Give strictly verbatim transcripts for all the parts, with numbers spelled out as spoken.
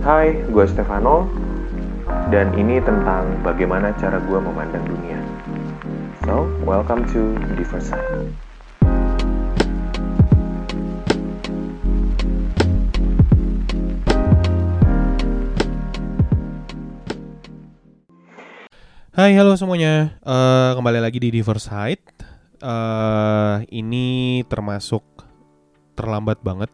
Hai, gue Stefano, dan ini tentang bagaimana cara gue memandang dunia. So, welcome to Diversite. Hai, halo semuanya. Uh, kembali lagi di Diversite. Uh, ini termasuk terlambat banget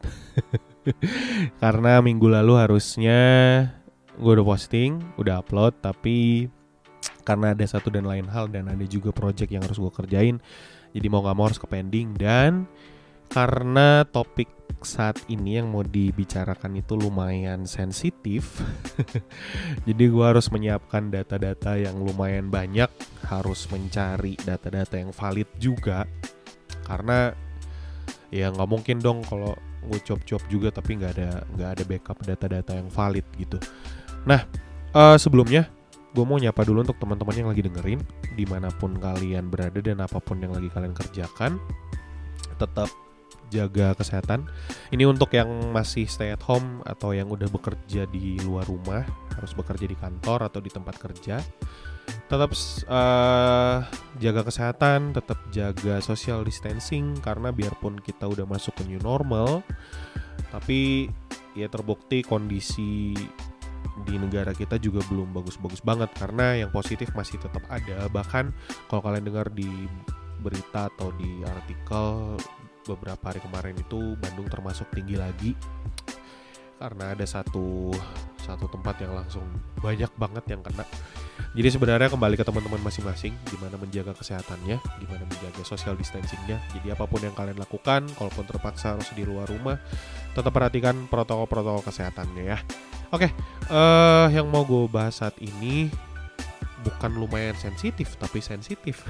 karena minggu lalu harusnya gue udah posting, udah upload, tapi karena ada satu dan lain hal dan ada juga project yang harus gue kerjain, jadi mau gak mau harus ke pending. Dan karena topik saat ini yang mau dibicarakan itu lumayan sensitif jadi gue harus menyiapkan data-data yang lumayan banyak, harus mencari data-data yang valid juga, karena ya nggak mungkin dong kalau gue cop-cop juga tapi nggak ada nggak ada backup data-data yang valid gitu. Nah, uh, sebelumnya gue mau nyapa dulu untuk teman-teman yang lagi dengerin dimanapun kalian berada dan apapun yang lagi kalian kerjakan, tetap jaga kesehatan. Ini untuk yang masih stay at home atau yang udah bekerja di luar rumah, harus bekerja di kantor atau di tempat kerja, tetap uh, jaga kesehatan, tetap jaga social distancing, karena biarpun kita udah masuk ke new normal, tapi ya terbukti kondisi di negara kita juga belum bagus-bagus banget, karena yang positif masih tetap ada. Bahkan kalau kalian dengar di berita atau di artikel beberapa hari kemarin itu Bandung termasuk tinggi lagi karena ada satu satu tempat yang langsung banyak banget yang kena. Jadi sebenarnya kembali ke teman-teman masing-masing gimana menjaga kesehatannya, gimana menjaga social distancingnya. Jadi apapun yang kalian lakukan, kalaupun terpaksa harus di luar rumah, tetap perhatikan protokol-protokol kesehatannya ya. Oke, uh, yang mau gue bahas saat ini bukan lumayan sensitif, tapi sensitif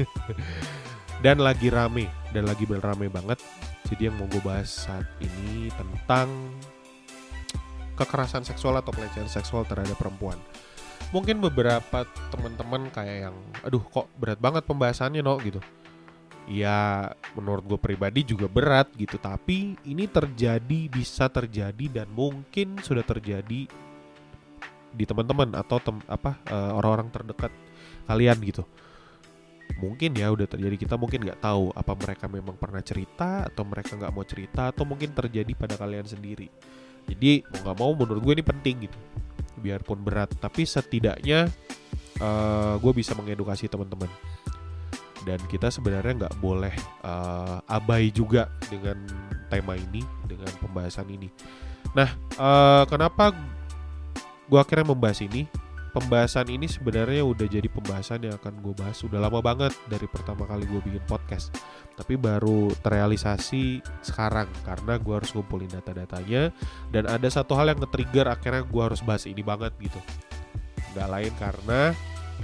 dan lagi rame dan lagi rame banget. Jadi yang mau gue bahas saat ini tentang kekerasan seksual atau pelecehan seksual terhadap perempuan. Mungkin beberapa teman-teman kayak yang aduh kok berat banget pembahasannya no gitu. Ya menurut gue pribadi juga berat gitu, tapi ini terjadi, bisa terjadi dan mungkin sudah terjadi di teman-teman atau tem, apa uh, orang-orang terdekat kalian gitu. Mungkin ya udah terjadi, kita mungkin nggak tahu apa mereka memang pernah cerita atau mereka nggak mau cerita atau mungkin terjadi pada kalian sendiri. Jadi mau nggak mau menurut gue ini penting gitu, biarpun berat tapi setidaknya uh, gue bisa mengedukasi teman-teman. Dan kita sebenarnya nggak boleh uh, abai juga dengan tema ini, dengan pembahasan ini. Nah, uh, kenapa gue akhirnya membahas ini? Pembahasan ini sebenarnya udah jadi pembahasan yang akan gue bahas udah lama banget dari pertama kali gue bikin podcast, tapi baru terrealisasi sekarang karena gue harus ngumpulin data-datanya. Dan ada satu hal yang nge-trigger akhirnya gue harus bahas ini banget gitu. Gak lain karena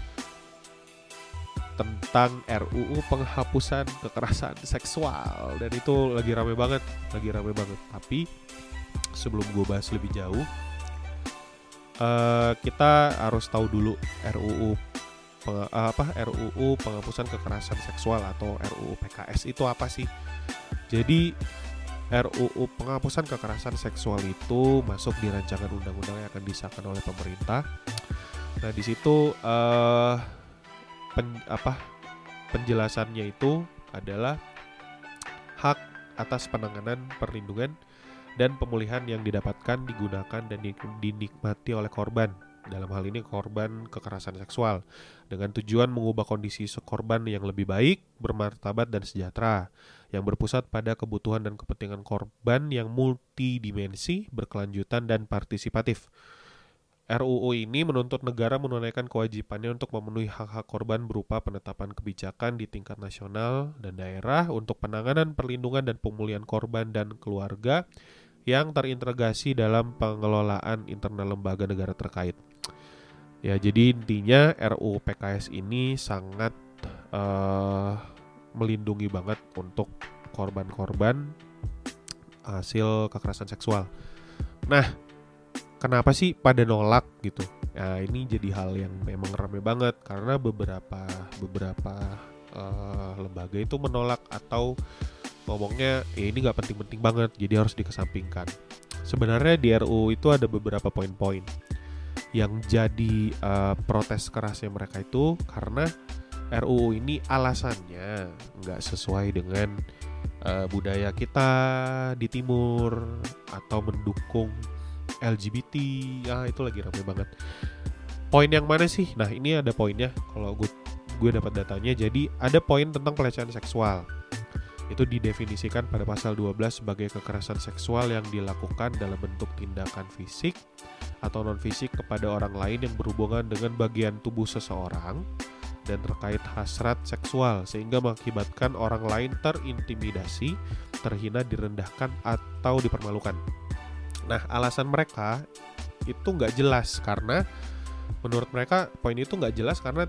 tentang R U U penghapusan kekerasan seksual, dan itu lagi rame banget, lagi rame banget. Tapi sebelum gue bahas lebih jauh, Uh, kita harus tahu dulu R U U peng, uh, apa R U U penghapusan kekerasan seksual atau R U U P K S itu apa sih? Jadi R U U penghapusan kekerasan seksual itu masuk di rancangan undang-undang yang akan disahkan oleh pemerintah. Nah di situ uh, pen, apa penjelasannya itu adalah hak atas penanganan, perlindungan dan pemulihan yang didapatkan, digunakan, dan dinikmati oleh korban, dalam hal ini korban kekerasan seksual, dengan tujuan mengubah kondisi korban yang lebih baik, bermartabat dan sejahtera, yang berpusat pada kebutuhan dan kepentingan korban yang multidimensi, berkelanjutan, dan partisipatif. R U U ini menuntut negara menunaikan kewajibannya untuk memenuhi hak-hak korban berupa penetapan kebijakan di tingkat nasional dan daerah untuk penanganan, perlindungan, dan pemulihan korban dan keluarga yang terintegrasi dalam pengelolaan internal lembaga negara terkait. Ya, jadi intinya R U U P K S ini sangat uh, melindungi banget untuk korban-korban hasil kekerasan seksual. Nah, kenapa sih pada nolak gitu? Nah, ini jadi hal yang memang ramai banget karena beberapa beberapa uh, lembaga itu menolak atau ngomongnya ya ini nggak penting-penting banget, jadi harus dikesampingkan. sebenarnya di R U U itu ada beberapa poin-poin yang jadi uh, protes kerasnya mereka itu karena R U U ini alasannya nggak sesuai dengan uh, budaya kita di timur atau mendukung L G B T. Ya itu lagi ramai banget. Poin yang mana sih? Nah ini ada poinnya. Kalau gue gue dapat datanya, jadi ada poin tentang pelecehan seksual. Itu didefinisikan pada pasal dua belas sebagai kekerasan seksual yang dilakukan dalam bentuk tindakan fisik atau non-fisik kepada orang lain yang berhubungan dengan bagian tubuh seseorang dan terkait hasrat seksual sehingga mengakibatkan orang lain terintimidasi, terhina, direndahkan, atau dipermalukan. Nah, alasan mereka itu nggak jelas karena menurut mereka poin itu nggak jelas karena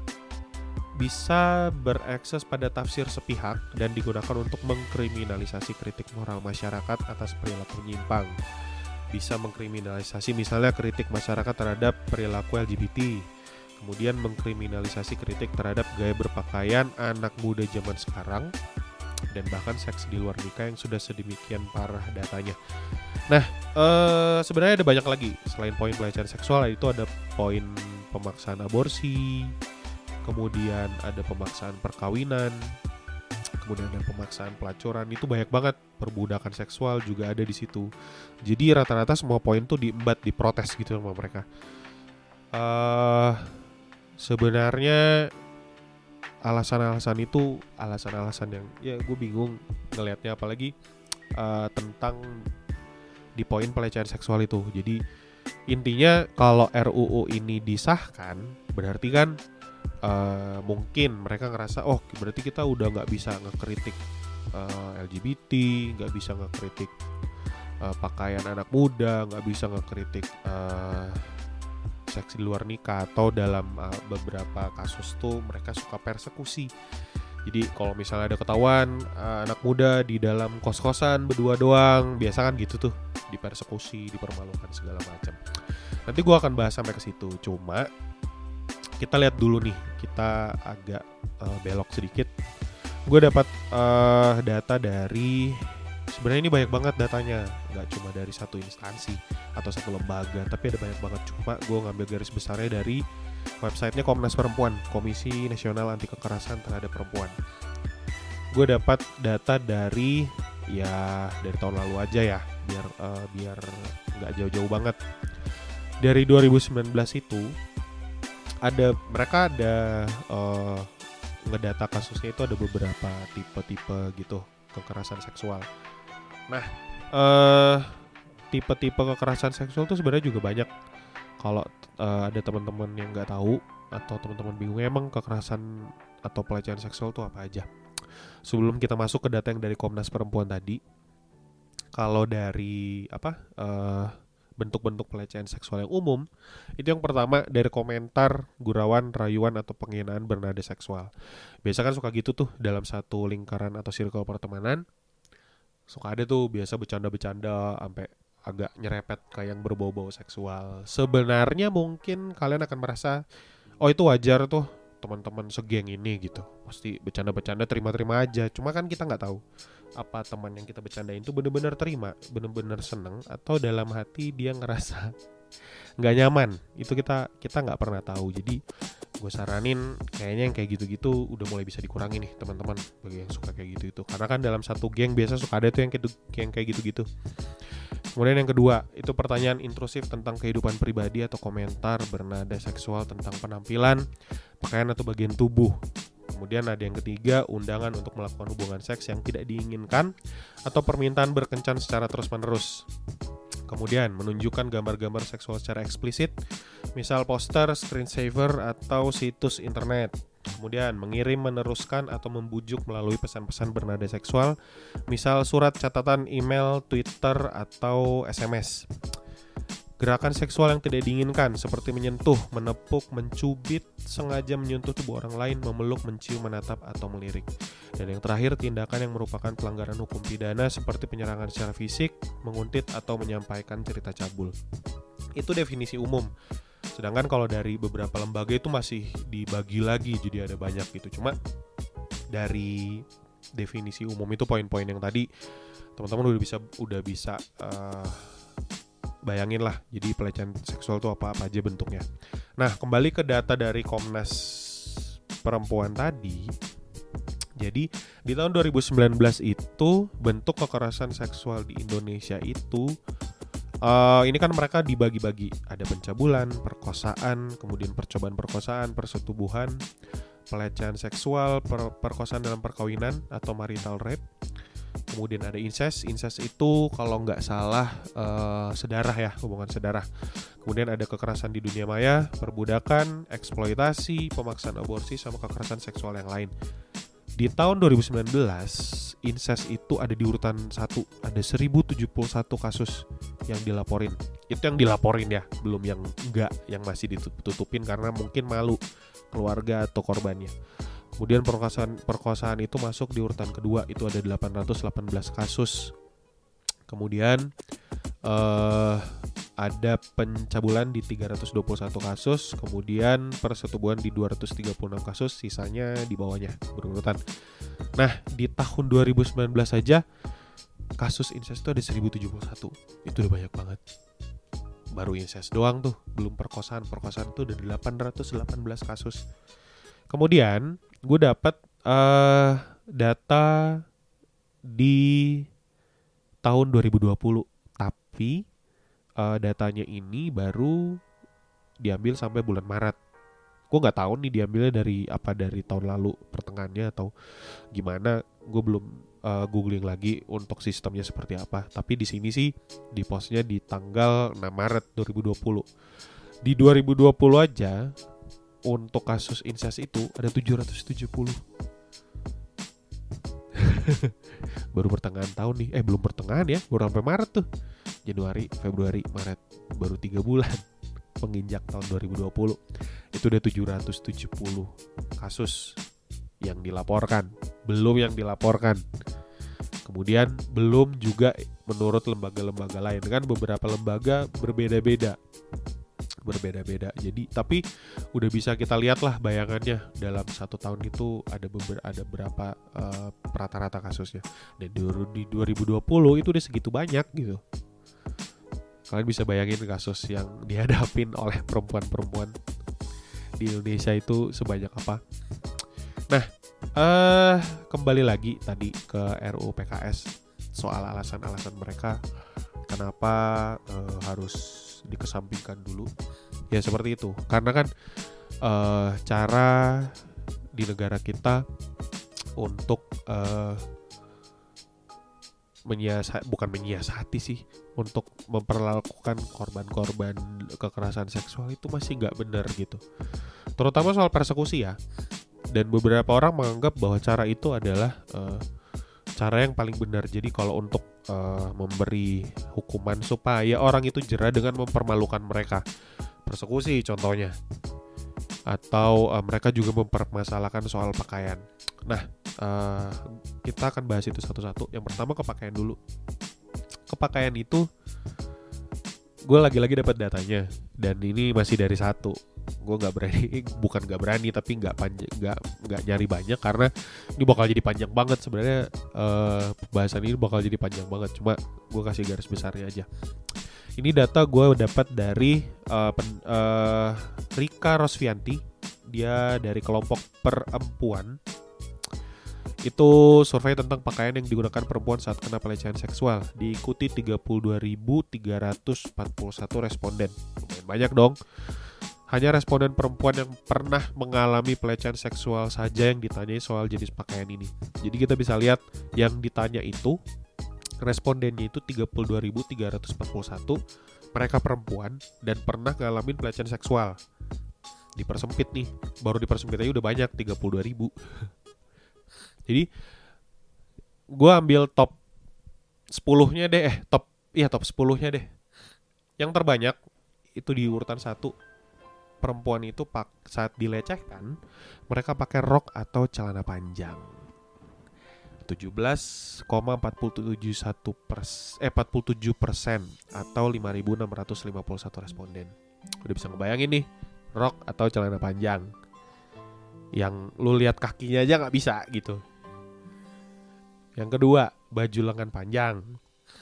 bisa berakses pada tafsir sepihak dan digunakan untuk mengkriminalisasi kritik moral masyarakat atas perilaku menyimpang. Bisa mengkriminalisasi misalnya kritik masyarakat terhadap perilaku L G B T, kemudian mengkriminalisasi kritik terhadap gaya berpakaian anak muda zaman sekarang, dan bahkan seks di luar nikah yang sudah sedemikian parah datanya. Nah, ee, sebenarnya ada banyak lagi selain poin pelecehan seksual, itu ada poin pemaksaan aborsi, kemudian ada pemaksaan perkawinan, kemudian ada pemaksaan pelacuran. Itu banyak banget. Perbudakan seksual juga ada di situ. Jadi rata-rata semua poin tuh diembat, diprotes gitu sama mereka. Uh, sebenarnya alasan-alasan itu alasan-alasan yang ya gue bingung ngelihatnya, apalagi uh, tentang di poin pelecehan seksual itu. Jadi intinya kalau R U U ini disahkan, berarti kan uh, mungkin mereka ngerasa oh berarti kita udah nggak bisa ngekritik uh, L G B T, nggak bisa ngekritik uh, pakaian anak muda, nggak bisa ngekritik uh, seks di luar nikah, atau dalam uh, beberapa kasus tuh mereka suka persekusi. Jadi kalau misalnya ada ketahuan uh, anak muda di dalam kos-kosan berdua doang, biasa kan gitu tuh, dipersekusi, dipermalukan segala macam. Nanti gue akan bahas sampai ke situ. Cuma kita lihat dulu nih, kita agak uh, belok sedikit. Gue dapat uh, data dari, sebenarnya ini banyak banget datanya, nggak cuma dari satu instansi atau satu lembaga, tapi ada banyak banget. Cuma gue ngambil garis besarnya dari websitenya Komnas Perempuan, Komisi Nasional Anti Kekerasan Terhadap Perempuan. Gue dapat data dari ya dari tahun lalu aja ya, biar uh, biar nggak jauh-jauh banget. Dari dua ribu sembilan belas itu ada mereka ada uh, ngedata kasusnya itu ada beberapa tipe-tipe gitu kekerasan seksual. Nah, uh, tipe-tipe kekerasan seksual tuh sebenarnya juga banyak. Kalau uh, ada teman-teman yang nggak tahu atau teman-teman bingung emang kekerasan atau pelecehan seksual tuh apa aja. Sebelum kita masuk ke data yang dari Komnas Perempuan tadi, kalau dari apa uh, bentuk-bentuk pelecehan seksual yang umum, itu yang pertama dari komentar, gurauan, rayuan atau penghinaan bernada seksual. Biasa kan suka gitu tuh dalam satu lingkaran atau circle pertemanan, suka ada tuh biasa bercanda-bercanda sampai agak nyerepet kayak yang berbau-bau seksual. Sebenarnya mungkin kalian akan merasa oh itu wajar tuh, teman-teman segeng ini gitu, pasti bercanda-bercanda, terima-terima aja. Cuma kan kita nggak tahu apa teman yang kita bercandain itu benar-benar terima, benar-benar seneng, atau dalam hati dia ngerasa nggak nyaman. Itu kita kita nggak pernah tahu. Jadi gue saranin kayaknya yang kayak gitu-gitu udah mulai bisa dikurangi nih teman-teman, bagi yang suka kayak gitu itu. Karena kan dalam satu geng biasa suka ada tuh yang kayak, yang kayak gitu-gitu. Kemudian yang kedua, itu pertanyaan intrusif tentang kehidupan pribadi atau komentar bernada seksual tentang penampilan, pakaian atau bagian tubuh. Kemudian ada yang ketiga, undangan untuk melakukan hubungan seks yang tidak diinginkan atau permintaan berkencan secara terus-menerus. Kemudian menunjukkan gambar-gambar seksual secara eksplisit, misal poster, screensaver, atau situs internet. Kemudian mengirim, meneruskan, atau membujuk melalui pesan-pesan bernada seksual, misal surat, catatan, email, Twitter, atau S M S. Gerakan seksual yang tidak diinginkan seperti menyentuh, menepuk, mencubit, sengaja menyentuh tubuh orang lain, memeluk, mencium, menatap, atau melirik. Dan yang terakhir, tindakan yang merupakan pelanggaran hukum pidana seperti penyerangan secara fisik, menguntit, atau menyampaikan cerita cabul. Itu definisi umum. Sedangkan kalau dari beberapa lembaga itu masih dibagi lagi, jadi ada banyak gitu. Cuma dari definisi umum itu poin-poin yang tadi teman-teman udah bisa udah bisa uh, bayangin lah, jadi pelecehan seksual itu apa-apa aja bentuknya. Nah, kembali ke data dari Komnas Perempuan tadi. Jadi di tahun dua ribu sembilan belas itu bentuk kekerasan seksual di Indonesia itu uh, ini kan mereka dibagi-bagi. Ada pencabulan, perkosaan, kemudian percobaan perkosaan, persetubuhan, pelecehan seksual, per- perkosaan dalam perkawinan atau marital rape. Kemudian ada incest. Incest itu kalau nggak salah uh, sedarah ya, hubungan sedarah. Kemudian ada kekerasan di dunia maya, perbudakan, eksploitasi, pemaksaan aborsi, sama kekerasan seksual yang lain. Di tahun dua ribu sembilan belas, incest itu ada di urutan satu. Ada seribu tujuh puluh satu kasus yang dilaporin. Itu yang dilaporin ya, belum yang enggak, yang masih ditutupin karena mungkin malu keluarga atau korbannya. Kemudian perkosaan, perkosaan itu masuk di urutan kedua, itu ada delapan ratus delapan belas kasus. Kemudian uh, ada pencabulan di tiga ratus dua puluh satu kasus. Kemudian persetubuhan di dua ratus tiga puluh enam kasus, sisanya di bawahnya berurutan. Nah, di tahun dua ribu sembilan belas saja kasus incest itu ada seribu tujuh puluh satu. Itu udah banyak banget. Baru incest doang tuh, belum perkosaan. Perkosaan itu ada delapan ratus delapan belas kasus. Kemudian gue dapat uh, data di tahun dua ribu dua puluh, tapi uh, datanya ini baru diambil sampai bulan Maret. Gue nggak tahu nih diambilnya dari apa, dari tahun lalu pertengahannya atau gimana. Gue belum uh, googling lagi untuk sistemnya seperti apa. Tapi di sini sih di postnya di tanggal enam Maret dua ribu dua puluh. Di dua ribu dua puluh aja untuk kasus incest itu ada tujuh ratus tujuh puluh. Baru pertengahan tahun nih. Eh belum pertengahan ya, baru sampai Maret tuh. Januari, Februari, Maret. Baru tiga bulan penginjak tahun dua ribu dua puluh. Itu udah tujuh ratus tujuh puluh kasus yang dilaporkan. Belum yang dilaporkan. Kemudian belum juga menurut lembaga-lembaga lain. Kan beberapa lembaga berbeda-beda. berbeda-beda. Jadi tapi udah bisa kita lihat lah bayangannya dalam satu tahun itu ada beber, ada berapa uh, rata-rata kasusnya. Dan di dua ribu dua puluh itu udah segitu banyak gitu. Kalian bisa bayangin kasus yang dihadapin oleh perempuan-perempuan di Indonesia itu sebanyak apa. Nah, uh, kembali lagi tadi ke R U U P K S soal alasan-alasan mereka kenapa uh, harus dikesampingkan dulu. Ya seperti itu. Karena kan uh, cara di negara kita untuk uh, menyiasati, bukan menyiasati sih, untuk memperlakukan korban-korban kekerasan seksual itu masih nggak benar gitu. Terutama soal persekusi ya. Dan beberapa orang menganggap bahwa cara itu adalah uh, cara yang paling benar. Jadi kalau untuk uh, memberi hukuman supaya orang itu jera dengan mempermalukan mereka, persekusi contohnya, atau uh, mereka juga mempermasalahkan soal pakaian. Nah, uh, kita akan bahas itu satu-satu. Yang pertama kepakaian dulu. Kepakaian itu gue lagi-lagi dapat datanya dan ini masih dari satu. Gue nggak berani, bukan nggak berani tapi nggak panjang, nggak nggak nyari banyak karena ini bakal jadi panjang banget sebenarnya. Uh, pembahasan ini bakal jadi panjang banget. Cuma gue kasih garis besarnya aja. Ini data gue dapat dari uh, pen, uh, Rika Rosvianti. Dia dari kelompok perempuan. Itu survei tentang pakaian yang digunakan perempuan saat kena pelecehan seksual. Diikuti tiga puluh dua ribu tiga ratus empat puluh satu responden. Lumayan banyak dong. Hanya responden perempuan yang pernah mengalami pelecehan seksual saja yang ditanyai soal jenis pakaian ini. Jadi kita bisa lihat yang ditanya itu, respondennya itu tiga puluh dua ribu tiga ratus empat puluh satu. Mereka perempuan dan pernah ngalamin pelecehan seksual. Dipersempit nih, baru dipersempit aja udah banyak, tiga puluh dua ribu. Jadi gue ambil top sepuluhnya deh, eh top iya top sepuluhnya deh. Yang terbanyak itu di urutan satu, perempuan itu pak saat dilecehkan mereka pakai rok atau celana panjang. tujuh belas koma empat tujuh satu persen eh empat puluh tujuh persen atau lima ribu enam ratus lima puluh satu responden. Udah bisa ngebayangin nih, rok atau celana panjang yang lu lihat kakinya aja nggak bisa gitu. Yang kedua, baju lengan panjang.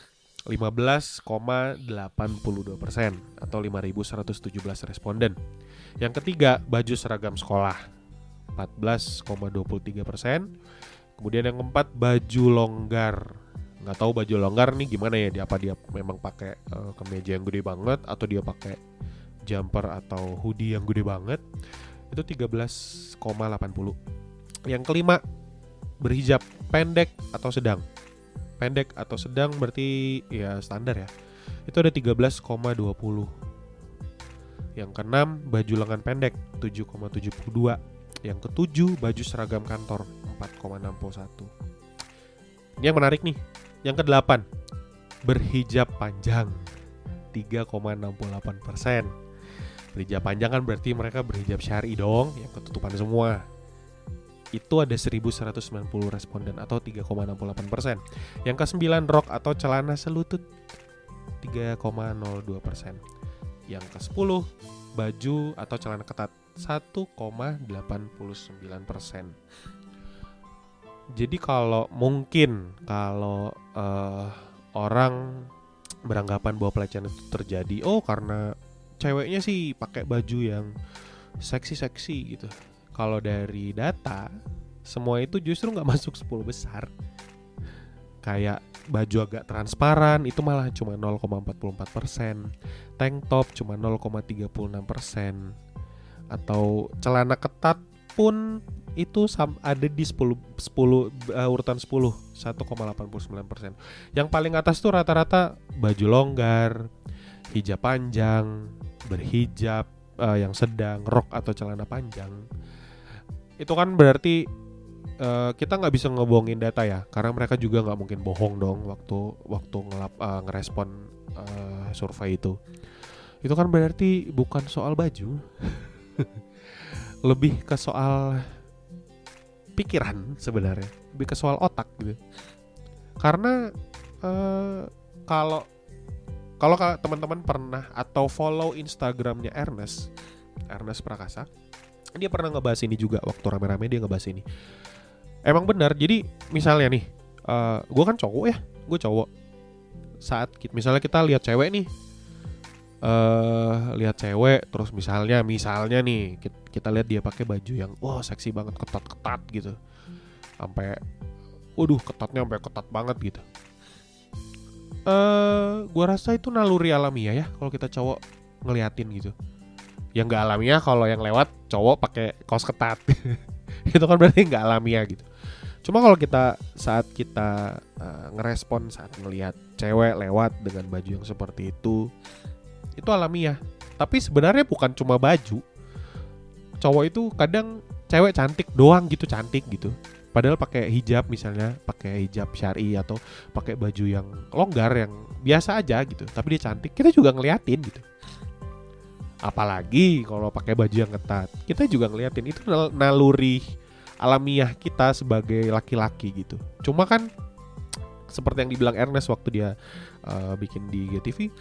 lima belas koma delapan dua persen atau lima ribu seratus tujuh belas responden. Yang ketiga, baju seragam sekolah, empat belas koma dua tiga persen. Kemudian yang keempat, baju longgar. Nggak tahu baju longgar nih gimana ya, dia apa dia memang pakai uh, kemeja yang gede banget atau dia pakai jumper atau hoodie yang gede banget. Itu tiga belas koma delapan nol. Yang kelima, berhijab pendek atau sedang. Pendek atau sedang berarti ya standar ya. Itu ada tiga belas koma dua nol. Yang keenam, baju lengan pendek, tujuh koma tujuh dua. Yang ketujuh, baju seragam kantor, empat koma enam satu. Ini yang menarik nih. Yang kedelapan, berhijab panjang, tiga koma enam delapan persen. Berhijab panjang kan berarti mereka berhijab syar'i dong, yang ketutupan semua. Itu ada seribu seratus sembilan puluh responden atau tiga koma enam delapan persen. Yang kesembilan, rok atau celana selutut, tiga koma nol dua persen. Yang kesepuluh, baju atau celana ketat, satu koma delapan sembilan persen. Jadi kalau mungkin kalau uh, orang beranggapan bahwa pelecehan itu terjadi, oh karena ceweknya sih pakai baju yang seksi-seksi gitu. Kalau dari data, semua itu justru nggak masuk sepuluh besar. Kayak baju agak transparan itu malah cuma nol koma empat empat persen, tank top cuma nol koma tiga enam persen, atau celana ketat pun itu ada di sepuluh, sepuluh uh, urutan sepuluh, satu koma delapan sembilan persen. Yang paling atas tuh rata-rata baju longgar, hijab panjang, berhijab uh, yang sedang, rok atau celana panjang. Itu kan berarti uh, kita nggak bisa ngebohongin data ya, karena mereka juga nggak mungkin bohong dong waktu waktu ngelap, uh, ngerespon uh, survei itu. Itu kan berarti bukan soal baju, lebih ke soal pikiran sebenarnya, lebih ke soal otak gitu. Karena uh, kalau kalau teman-teman pernah atau follow Instagramnya Ernest, Ernest Prakasa, dia pernah ngebahas ini juga waktu rame-rame dia ngebahas ini. Emang benar. Jadi misalnya nih, uh, gue kan cowok ya, gue cowok. Saat kita, misalnya kita lihat cewek nih, uh, lihat cewek, terus misalnya, misalnya nih kita, kita lihat dia pakai baju yang wah seksi banget, ketat-ketat gitu, sampai, waduh ketatnya sampai ketat banget gitu. Uh, gue rasa itu naluri alamiah ya kalau kita cowok ngeliatin gitu. Yang nggak alamiah kalau yang lewat cowok pakai kaos ketat, itu kan berarti nggak alamiah gitu. Cuma kalau kita saat kita uh, ngerespon saat ngelihat cewek lewat dengan baju yang seperti itu, itu alamiah. Tapi sebenarnya bukan cuma baju. Cowok itu kadang cewek cantik doang gitu, cantik gitu. Padahal pakai hijab misalnya, pakai hijab syar'i atau pakai baju yang longgar yang biasa aja gitu, tapi dia cantik, kita juga ngeliatin gitu. Apalagi kalau pakai baju yang ketat, kita juga ngeliatin. Itu naluri alamiah kita sebagai laki-laki gitu. Cuma kan seperti yang dibilang Ernest waktu dia uh, bikin di G T V,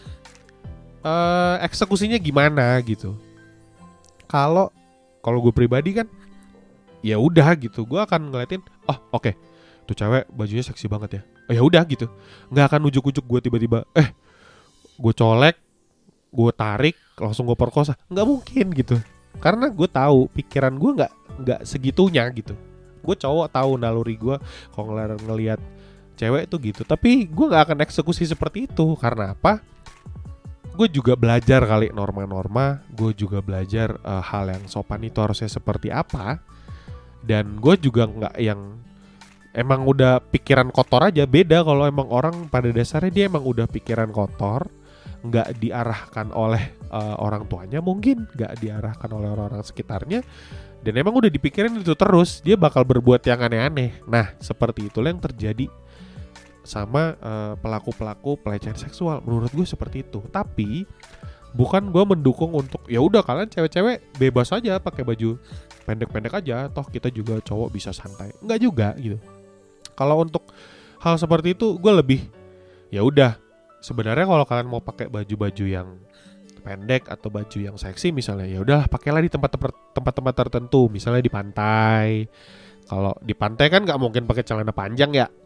uh, eksekusinya gimana gitu. Kalau kalau gue pribadi kan, ya udah gitu, gue akan ngeliatin, oh oke, okay, tuh cewek bajunya seksi banget ya, oh ya udah gitu, nggak akan ujuk-ujuk gue tiba-tiba, eh, gue colek, gue tarik, langsung gue perkosa, nggak mungkin gitu, karena gue tahu pikiran gue nggak nggak segitunya gitu, gue cowok tahu naluri gue, kalau ngel- ngelihat cewek tuh gitu, tapi gue nggak akan eksekusi seperti itu, karena apa? Gue juga belajar kali norma-norma, gue juga belajar uh, hal yang sopan itu harusnya seperti apa. Dan gue juga nggak yang emang udah pikiran kotor aja. Beda kalau emang orang pada dasarnya dia emang udah pikiran kotor, nggak diarahkan oleh uh, orang tuanya, mungkin nggak diarahkan oleh orang-orang sekitarnya, dan emang udah dipikirin itu terus, dia bakal berbuat yang aneh-aneh. Nah seperti itulah yang terjadi sama uh, pelaku-pelaku pelecehan seksual. Menurut gue seperti itu. Tapi bukan gue mendukung untuk ya udah kalian cewek-cewek bebas aja pakai baju pendek-pendek aja, toh kita juga cowok bisa santai. Enggak juga gitu. Kalau untuk hal seperti itu gue lebih ya udah, sebenarnya kalau kalian mau pakai baju-baju yang pendek atau baju yang seksi misalnya, ya udahlah pakailah di tempat-tempat tempat-tempat tertentu, misalnya di pantai. Kalau di pantai kan nggak mungkin pakai celana panjang ya,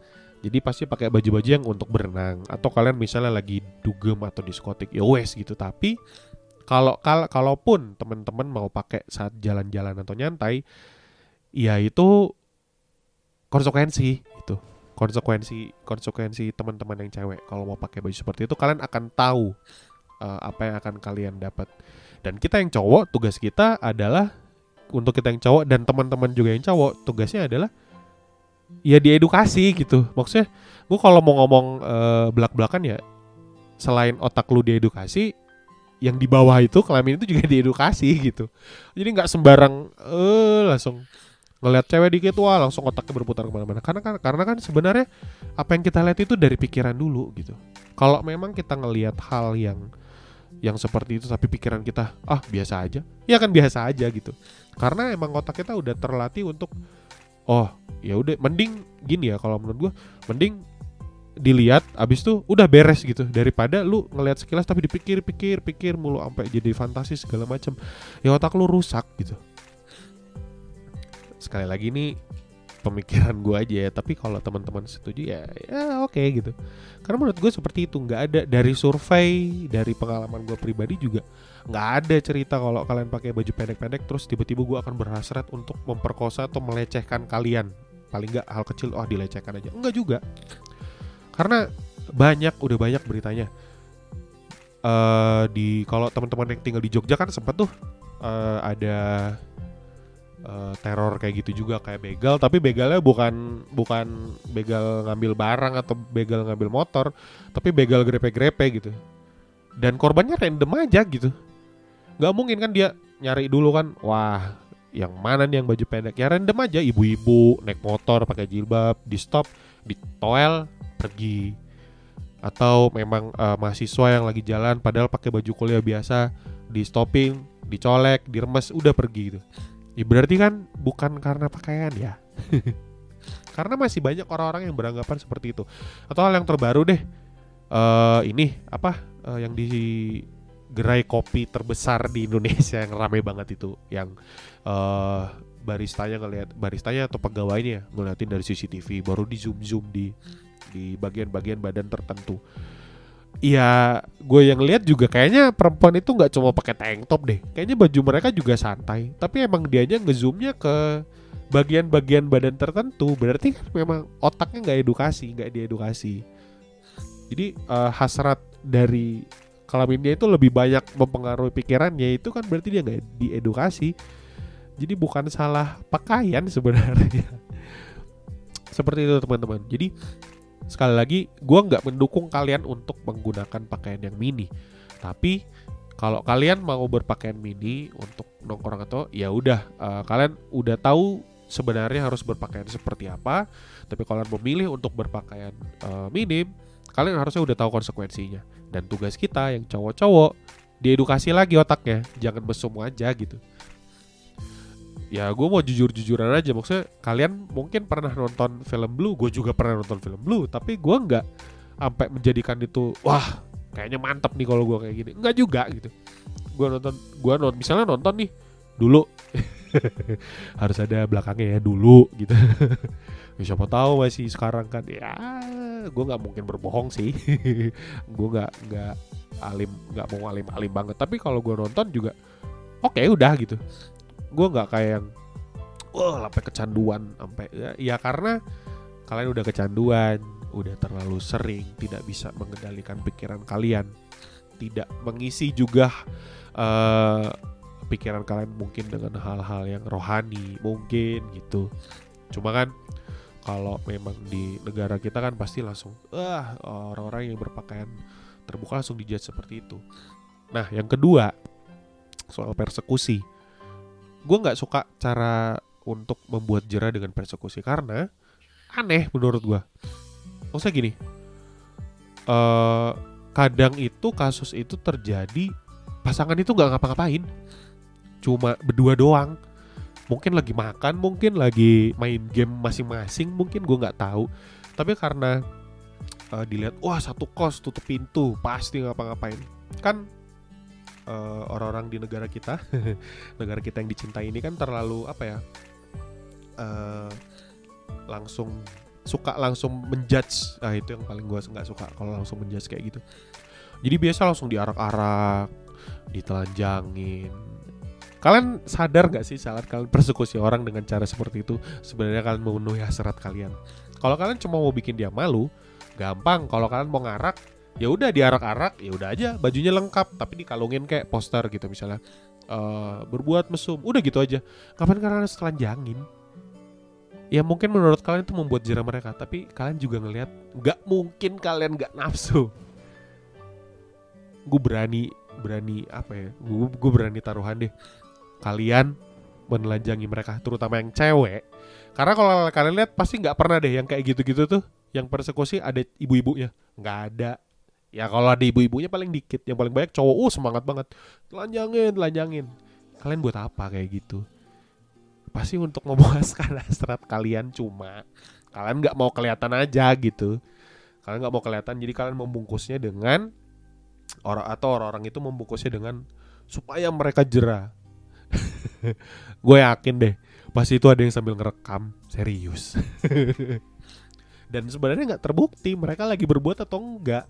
Jadi pasti pakai baju-baju yang untuk berenang, atau kalian misalnya lagi dugem atau diskotik, ya wes gitu. Tapi kalau kal kalaupun teman-teman mau pakai saat jalan-jalan atau nyantai, ya itu konsekuensi itu. Konsekuensi konsekuensi teman-teman yang cewek kalau mau pakai baju seperti itu, kalian akan tahu uh, apa yang akan kalian dapat. Dan kita yang cowok, tugas kita adalah untuk kita yang cowok dan teman-teman juga yang cowok, tugasnya adalah ya diedukasi gitu. Maksudnya gue kalau mau ngomong uh, belak-belakan ya, selain otak lu diedukasi, yang di bawah itu kelamin itu juga diedukasi gitu. Jadi nggak sembarang eh langsung ngeliat cewek dikit wah langsung otaknya berputar kemana-mana. Karena kan karena kan sebenarnya apa yang kita lihat itu dari pikiran dulu gitu. Kalau memang kita ngelihat hal yang yang seperti itu tapi pikiran kita ah biasa aja, ya kan biasa aja gitu. Karena emang otak kita udah terlatih untuk oh ya udah mending gini ya, kalau menurut gue mending dilihat abis itu udah beres gitu, daripada lu ngelihat sekilas tapi dipikir-pikir pikir mulu sampai jadi fantasi segala macam, ya otak lu rusak gitu. Sekali lagi nih pemikiran gue aja ya, tapi kalau teman-teman setuju ya ya oke okay, gitu. Karena menurut gue seperti itu, nggak ada dari survei, dari pengalaman gue pribadi juga nggak ada cerita kalau kalian pakai baju pendek-pendek terus tiba-tiba gue akan berhasrat untuk memperkosa atau melecehkan kalian. Paling nggak hal kecil, oh dilecehkan aja, enggak juga. Karena banyak, udah banyak beritanya. Uh, di kalau teman-teman yang tinggal di Jogja kan sempat tuh uh, ada uh, teror kayak gitu juga, kayak begal, tapi begalnya bukan bukan begal ngambil barang atau begal ngambil motor, tapi begal grepe-grepe gitu. Dan korbannya random aja gitu. Gak mungkin kan dia nyari dulu kan, wah yang mana nih yang baju pendek, ya random aja, ibu-ibu naik motor pakai jilbab, di stop, ditoel, pergi. Atau memang uh, mahasiswa yang lagi jalan padahal pakai baju kuliah biasa, di stopping, dicolek, diremes, udah pergi gitu. Ya berarti kan bukan karena pakaian ya. Karena masih banyak orang-orang yang beranggapan seperti itu. Atau hal yang terbaru deh, uh, ini apa uh, yang di gerai kopi terbesar di Indonesia yang ramai banget itu, yang uh, baristanya ngelihat, baristanya atau pegawainya ngeliatin dari C C T V, baru di zoom zoom di di bagian-bagian badan tertentu. Iya, gue yang lihat juga kayaknya perempuan itu nggak cuma pakai tank top deh, kayaknya baju mereka juga santai, tapi emang dianya ngezoomnya ke bagian-bagian badan tertentu. Berarti kan memang otaknya nggak edukasi, nggak diedukasi. Jadi uh, hasrat dari kelamin dia itu lebih banyak mempengaruhi pikirannya, itu kan berarti dia nggak diedukasi. Jadi bukan salah pakaian sebenarnya. Seperti itu teman-teman. Jadi sekali lagi gue nggak mendukung kalian untuk menggunakan pakaian yang mini. Tapi kalau kalian mau berpakaian mini untuk nongkrong atau ya udah uh, kalian udah tahu sebenarnya harus berpakaian seperti apa. Tapi kalau kalian memilih untuk berpakaian uh, minim, kalian harusnya udah tahu konsekuensinya. Dan tugas kita yang cowok-cowok diedukasi lagi otaknya, jangan mesum aja gitu. Ya gue mau jujur-jujuran aja, maksudnya kalian mungkin pernah nonton film Blue, gue juga pernah nonton film Blue, tapi gue nggak sampai menjadikan itu wah kayaknya mantap nih kalau gue kayak gini, nggak juga gitu. Gue nonton, gue nonton misalnya nonton nih dulu harus ada belakangnya ya dulu gitu. Ya, siapa tahu masih sekarang kan ya gue nggak mungkin berbohong sih. Gue nggak nggak alim, nggak mau alim-alim banget, tapi kalau gue nonton juga oke okay, udah gitu. Gue nggak kayak yang wah sampai kecanduan sampai ya, ya karena kalian udah kecanduan, udah terlalu sering, tidak bisa mengendalikan pikiran kalian, tidak mengisi juga uh, pikiran kalian mungkin dengan hal-hal yang rohani mungkin gitu. Cuma kan kalau memang di negara kita kan pasti langsung ah orang-orang yang berpakaian terbuka langsung dijudge seperti itu. Nah yang kedua soal persekusi, gue nggak suka cara untuk membuat jera dengan persekusi karena aneh menurut gue. Maksudnya gini, uh, kadang itu kasus itu terjadi pasangan itu nggak ngapa-ngapain, cuma berdua doang. Mungkin lagi makan, mungkin lagi main game masing-masing, mungkin gue nggak tahu. Tapi karena uh, dilihat, wah satu kos tutup pintu, pasti ngapa-ngapain. Kan uh, orang-orang di negara kita, negara kita yang dicintai ini kan terlalu apa ya, uh, langsung suka langsung menjudge. Nah itu yang paling gue nggak suka kalau langsung menjudge kayak gitu. Jadi biasa langsung diarak-arak, ditelanjangin. Kalian sadar gak sih saat kalian persekusi orang dengan cara seperti itu, sebenarnya kalian memenuhi hasrat kalian. Kalau kalian cuma mau bikin dia malu, gampang. Kalau kalian mau ngarak, ya udah diarak-arak, ya udah aja bajunya lengkap tapi dikalungin kayak poster gitu misalnya. Uh, berbuat mesum, udah gitu aja. Ngapain kalian harus telanjangin? Ya mungkin menurut kalian itu membuat jerah mereka, tapi kalian juga ngelihat gak mungkin kalian gak nafsu. Gue berani berani apa ya? Gue gue berani taruhan deh. Kalian menelanjangi mereka, terutama yang cewek. Karena kalau kalian lihat pasti nggak pernah deh yang kayak gitu-gitu tuh, yang persekusi ada ibu-ibunya, nggak ada. Ya kalau ada ibu-ibunya paling dikit, yang paling banyak cowok. Uh semangat banget, telanjangin, telanjangin. Kalian buat apa kayak gitu? Pasti untuk memuaskan hasrat kalian, cuma kalian nggak mau kelihatan aja gitu. Kalian nggak mau kelihatan, jadi kalian membungkusnya dengan orang atau orang-orang itu membungkusnya dengan supaya mereka jera. Gue yakin deh pasti itu ada yang sambil ngerekam serius. Dan sebenarnya nggak terbukti mereka lagi berbuat atau enggak.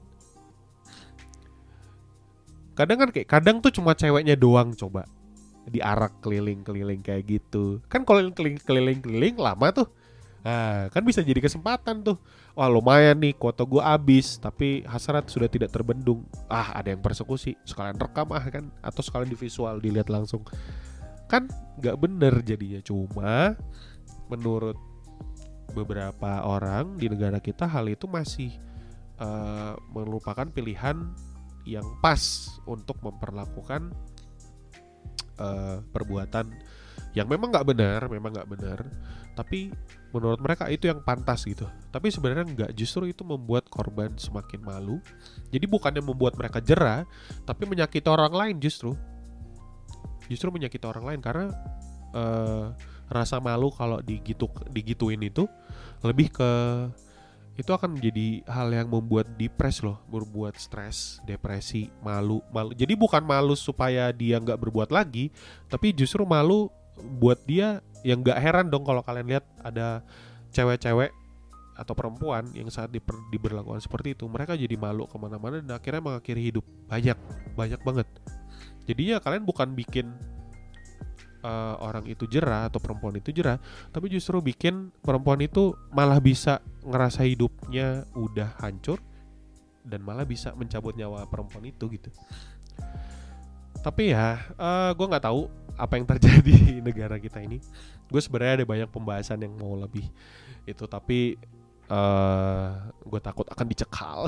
Kadang kan kayak kadang tuh cuma ceweknya doang coba diarak keliling-keliling kayak gitu. Kan kalau keliling-keliling lama tuh, nah kan bisa jadi kesempatan tuh. Wah lumayan nih, kuota gue habis, tapi hasrat sudah tidak terbendung. Ah ada yang persekusi, sekalian rekam ah kan, atau sekalian di visual dilihat langsung. Kan gak bener jadinya. Cuma menurut beberapa orang di negara kita hal itu masih uh, merupakan pilihan yang pas untuk memperlakukan uh, perbuatan yang memang gak benar, memang gak benar, tapi menurut mereka itu yang pantas gitu. Tapi sebenarnya enggak, justru itu membuat korban semakin malu. Jadi bukannya membuat mereka jera, tapi menyakiti orang lain justru. Justru menyakiti orang lain karena uh, rasa malu kalau digitu digituin itu lebih ke itu akan menjadi hal yang membuat depres loh, berbuat stres, depresi, malu, malu. Jadi bukan malu supaya dia nggak berbuat lagi, tapi justru malu buat dia yang nggak heran dong kalau kalian lihat ada cewek-cewek atau perempuan yang saat diper, diberlakukan seperti itu, mereka jadi malu kemana-mana dan akhirnya mengakhiri hidup. Banyak, banyak banget. Jadinya kalian bukan bikin uh, orang itu jera atau perempuan itu jera, tapi justru bikin perempuan itu malah bisa ngerasa hidupnya udah hancur dan malah bisa mencabut nyawa perempuan itu gitu. Tapi ya, uh, gue nggak tahu apa yang terjadi di negara kita ini. Gue sebenarnya ada banyak pembahasan yang mau lebih itu, tapi uh, gue takut akan dicekal.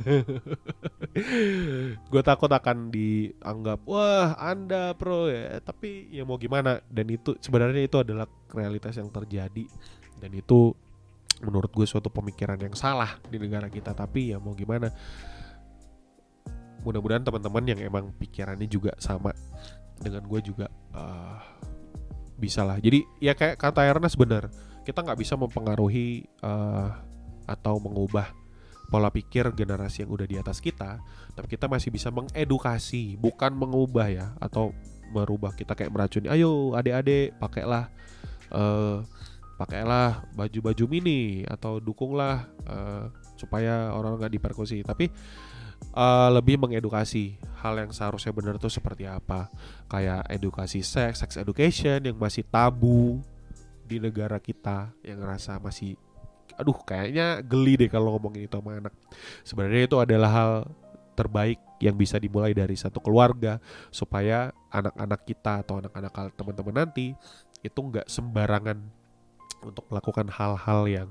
Gue takut akan dianggap wah anda pro ya, tapi ya mau gimana. Dan itu sebenarnya itu adalah realitas yang terjadi, dan itu menurut gue suatu pemikiran yang salah di negara kita. Tapi ya mau gimana, mudah-mudahan teman-teman yang emang pikirannya juga sama dengan gue juga uh, bisa lah. Jadi ya kayak kata Ernest benar, kita nggak bisa mempengaruhi uh, atau mengubah pola pikir generasi yang udah di atas kita, tapi kita masih bisa mengedukasi, bukan mengubah ya, atau merubah. Kita kayak meracuni, ayo adik-adik pakailah uh, pakailah baju-baju mini atau dukunglah uh, supaya orang nggak dipersekusi. Tapi uh, lebih mengedukasi hal yang seharusnya benar tuh seperti apa, kayak edukasi seks, sex education yang masih tabu di negara kita, yang ngerasa masih aduh kayaknya geli deh kalau ngomongin itu sama anak. Sebenarnya itu adalah hal terbaik yang bisa dimulai dari satu keluarga, supaya anak-anak kita atau anak-anak teman-teman nanti itu nggak sembarangan untuk melakukan hal-hal yang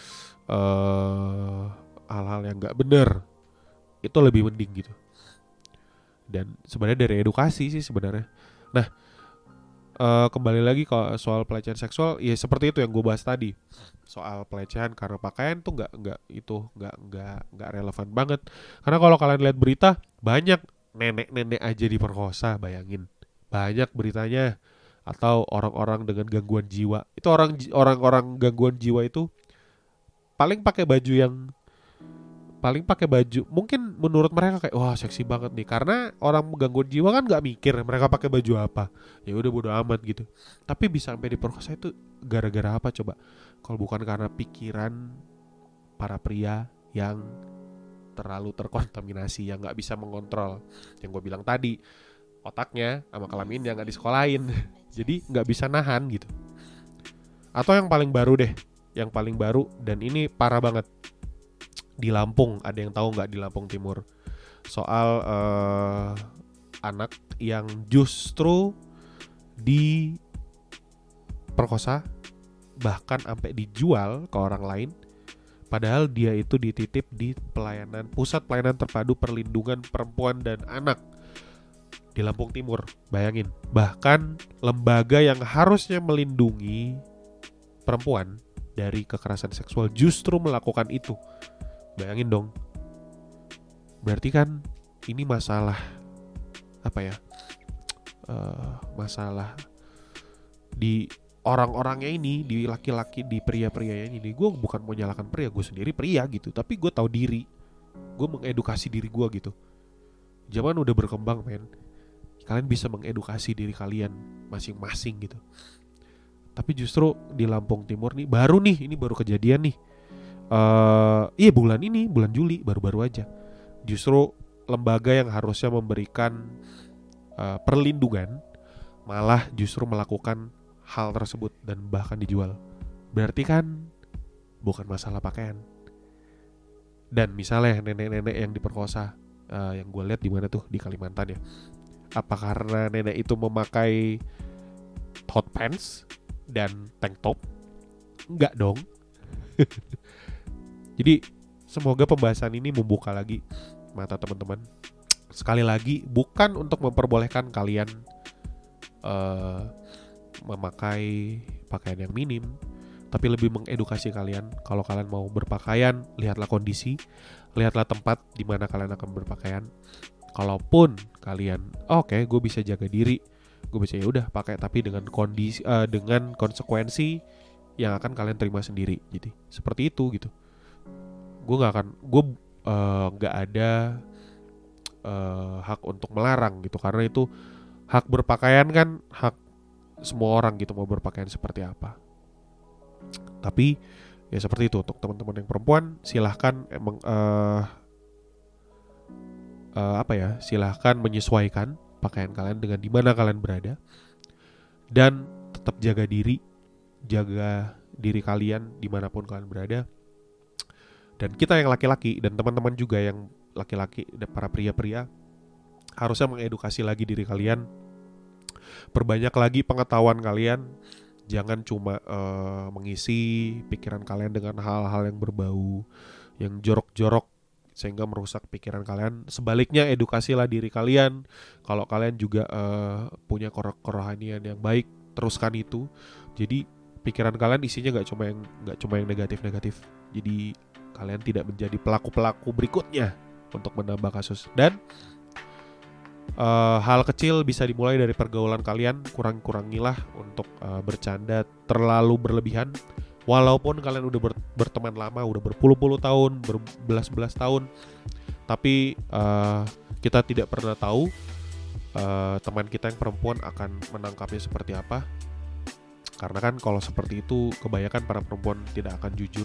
uh, hal-hal yang nggak benar. Itu lebih mending gitu. Dan sebenarnya dari edukasi sih sebenarnya. Nah, uh, kembali lagi ke soal pelecehan seksual, ya seperti itu yang gue bahas tadi. Soal pelecehan karena pakaian tuh nggak nggak itu nggak nggak nggak relevan banget. Karena kalau kalian lihat berita, banyak nenek-nenek aja diperkosa, bayangin. Banyak beritanya. Atau orang-orang dengan gangguan jiwa. Itu orang orang-orang gangguan jiwa itu paling pakai baju yang paling pakai baju mungkin menurut mereka kayak wah seksi banget nih, karena orang gangguan jiwa kan nggak mikir mereka pakai baju apa, ya udah bodo amat gitu. Tapi bisa sampai diperkosa itu gara-gara apa coba? Kalau bukan karena pikiran para pria yang terlalu terkontaminasi, yang nggak bisa mengontrol. Yang gue bilang tadi, otaknya sama kelaminnya nggak disekolahin, jadi nggak bisa nahan gitu. Atau yang paling baru deh, yang paling baru dan ini parah banget di Lampung. Ada yang tahu nggak di Lampung Timur soal uh, anak yang justru diperkosa, bahkan sampai dijual ke orang lain, padahal dia itu dititip di pelayanan pusat pelayanan terpadu perlindungan perempuan dan anak di Lampung Timur. Bayangin, bahkan lembaga yang harusnya melindungi perempuan dari kekerasan seksual justru melakukan itu. Bayangin dong. Berarti kan ini masalah apa ya? Uh, masalah di orang-orangnya ini, di laki-laki, di pria-prianya ini. Gue bukan mau nyalakan pria, gue sendiri pria gitu, tapi gue tahu diri, gue mengedukasi diri gue gitu. Zaman udah berkembang men, kalian bisa mengedukasi diri kalian masing-masing gitu. Tapi justru di Lampung Timur nih, baru nih, ini baru kejadian nih, uh, iya bulan ini, bulan Juli, baru-baru aja. Justru lembaga yang harusnya memberikan uh, perlindungan malah justru melakukan hal tersebut dan bahkan dijual. Berarti kan bukan masalah pakaian. Dan misalnya nenek-nenek yang diperkosa, uh, yang gue lihat di mana tuh, di Kalimantan ya. Apa karena nenek itu memakai hot pants dan tank top? Enggak dong. Jadi semoga pembahasan ini membuka lagi mata teman-teman. Sekali lagi, bukan untuk memperbolehkan kalian uh, memakai pakaian yang minim, tapi lebih mengedukasi kalian. Kalau kalian mau berpakaian, lihatlah kondisi, lihatlah tempat di mana kalian akan berpakaian. Kalaupun kalian, oke, okay, gue bisa jaga diri, gue bisa ya udah pakai, tapi dengan kondisi, uh, dengan konsekuensi yang akan kalian terima sendiri. Jadi seperti itu gitu. Gue nggak akan, gue nggak uh, ada uh, hak untuk melarang gitu, karena itu hak berpakaian kan hak semua orang gitu, mau berpakaian seperti apa. Tapi ya seperti itu, untuk teman-teman yang perempuan silahkan emang uh, uh, apa ya, silahkan menyesuaikan pakaian kalian dengan di mana kalian berada, dan tetap jaga diri, jaga diri kalian dimanapun kalian berada. Dan kita yang laki-laki dan teman-teman juga yang laki-laki dan para pria-pria harusnya mengedukasi lagi diri kalian, perbanyak lagi pengetahuan kalian. Jangan cuma uh, mengisi pikiran kalian dengan hal-hal yang berbau, yang jorok-jorok sehingga merusak pikiran kalian. Sebaliknya, edukasilah diri kalian. Kalau kalian juga uh, punya kerohanian yang baik, teruskan itu. Jadi pikiran kalian isinya nggak cuma yang nggak cuma yang negatif-negatif. Jadi kalian tidak menjadi pelaku-pelaku berikutnya untuk menambah kasus. Dan uh, hal kecil bisa dimulai dari pergaulan kalian. Kurang-kurangilah untuk uh, bercanda terlalu berlebihan. Walaupun kalian udah ber- berteman lama, udah berpuluh-puluh tahun, berbelas-belas tahun, tapi uh, kita tidak pernah tahu uh, teman kita yang perempuan akan menangkapnya seperti apa. Karena kan kalau seperti itu kebanyakan para perempuan tidak akan jujur.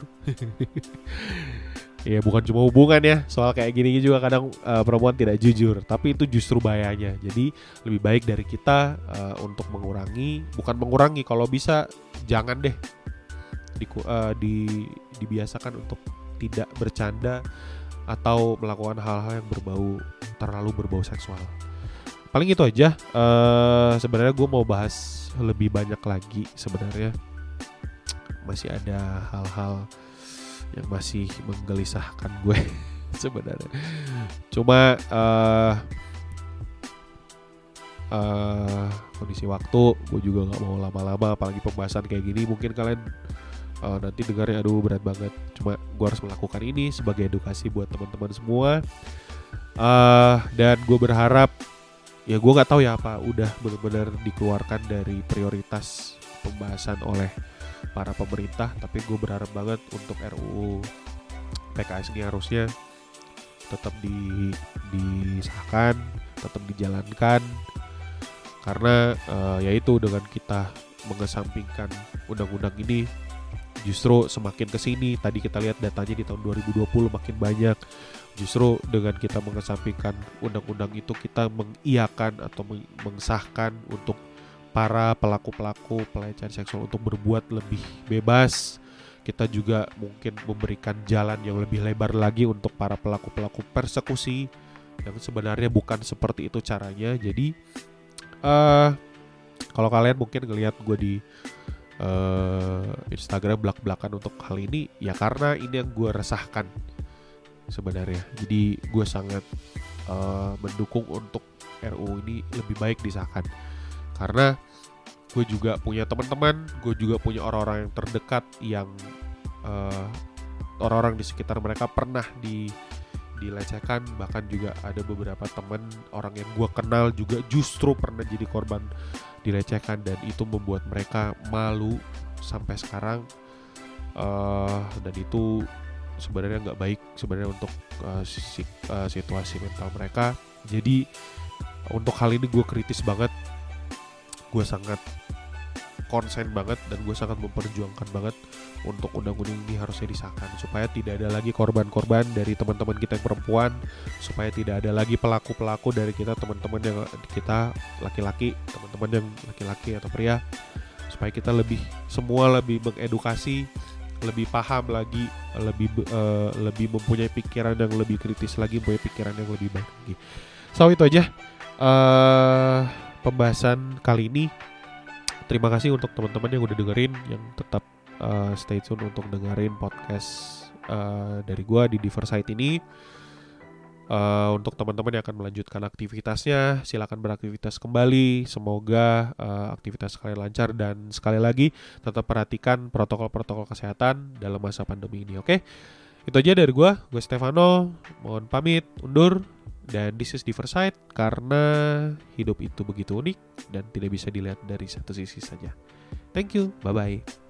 Ya bukan cuma hubungan ya, soal kayak gini juga kadang uh, perempuan tidak jujur, tapi itu justru bahayanya. Jadi lebih baik dari kita uh, untuk mengurangi, bukan mengurangi, kalau bisa jangan deh di, uh, di, dibiasakan untuk tidak bercanda atau melakukan hal-hal yang berbau terlalu berbau seksual. Paling itu aja. Uh, sebenarnya gue mau bahas lebih banyak lagi sebenarnya. Masih ada hal-hal yang masih menggelisahkan gue sebenarnya. Cuma uh, uh, kondisi waktu, gue juga nggak mau lama-lama, apalagi pembahasan kayak gini. Mungkin kalian uh, nanti dengarnya aduh berat banget. Cuma gue harus melakukan ini sebagai edukasi buat teman-teman semua. Uh, dan gue berharap, ya gue nggak tahu ya apa udah benar-benar dikeluarkan dari prioritas pembahasan oleh para pemerintah, tapi gue berharap banget untuk R U U P K S ini harusnya tetap di, disahkan, tetap dijalankan, karena uh, yaitu dengan kita mengesampingkan undang-undang ini, Justru semakin kesini, tadi kita lihat datanya di tahun dua ribu dua puluh makin banyak. Justru dengan kita mengesampingkan undang-undang itu, kita mengiyakan atau mengesahkan untuk para pelaku-pelaku pelecehan seksual untuk berbuat lebih bebas. Kita juga mungkin memberikan jalan yang lebih lebar lagi untuk para pelaku-pelaku persekusi yang sebenarnya bukan seperti itu caranya. Jadi uh, kalau kalian mungkin ngelihat gue di uh, Instagram belak-belakan untuk hal ini, ya karena ini yang gue resahkan sebenarnya. Jadi gue sangat uh, mendukung untuk R U U ini lebih baik disahkan, karena gue juga punya teman-teman, gue juga punya orang-orang yang terdekat yang uh, orang-orang di sekitar mereka pernah di dilecehkan. Bahkan juga ada beberapa teman orang yang gue kenal juga justru pernah jadi korban dilecehkan, dan itu membuat mereka malu sampai sekarang. Uh, dan itu sebenarnya nggak baik sebenarnya untuk uh, si, uh, situasi mental mereka. Jadi untuk hal ini gue kritis banget, gue sangat konsen banget, dan gue sangat memperjuangkan banget untuk undang-undang ini harusnya disahkan supaya tidak ada lagi korban-korban dari teman-teman kita yang perempuan, supaya tidak ada lagi pelaku-pelaku dari kita teman-teman yang kita laki-laki, teman-teman yang laki-laki atau pria, supaya kita lebih semua lebih mengedukasi, lebih paham lagi, lebih uh, lebih mempunyai pikiran yang lebih kritis lagi, mempunyai pikiran yang lebih baik lagi. So itu aja uh, pembahasan kali ini. Terima kasih untuk teman-teman yang udah dengerin, yang tetap uh, stay tune untuk dengerin podcast uh, dari gua di Diversite ini. Uh, untuk teman-teman yang akan melanjutkan aktivitasnya, silakan beraktivitas kembali. Semoga uh, aktivitas kalian lancar, dan sekali lagi tetap perhatikan protokol-protokol kesehatan dalam masa pandemi ini. Oke, itu aja dari gue. Gue Stefano, mohon pamit undur, dan this is Diversite, karena hidup itu begitu unik dan tidak bisa dilihat dari satu sisi saja. Thank you, bye bye.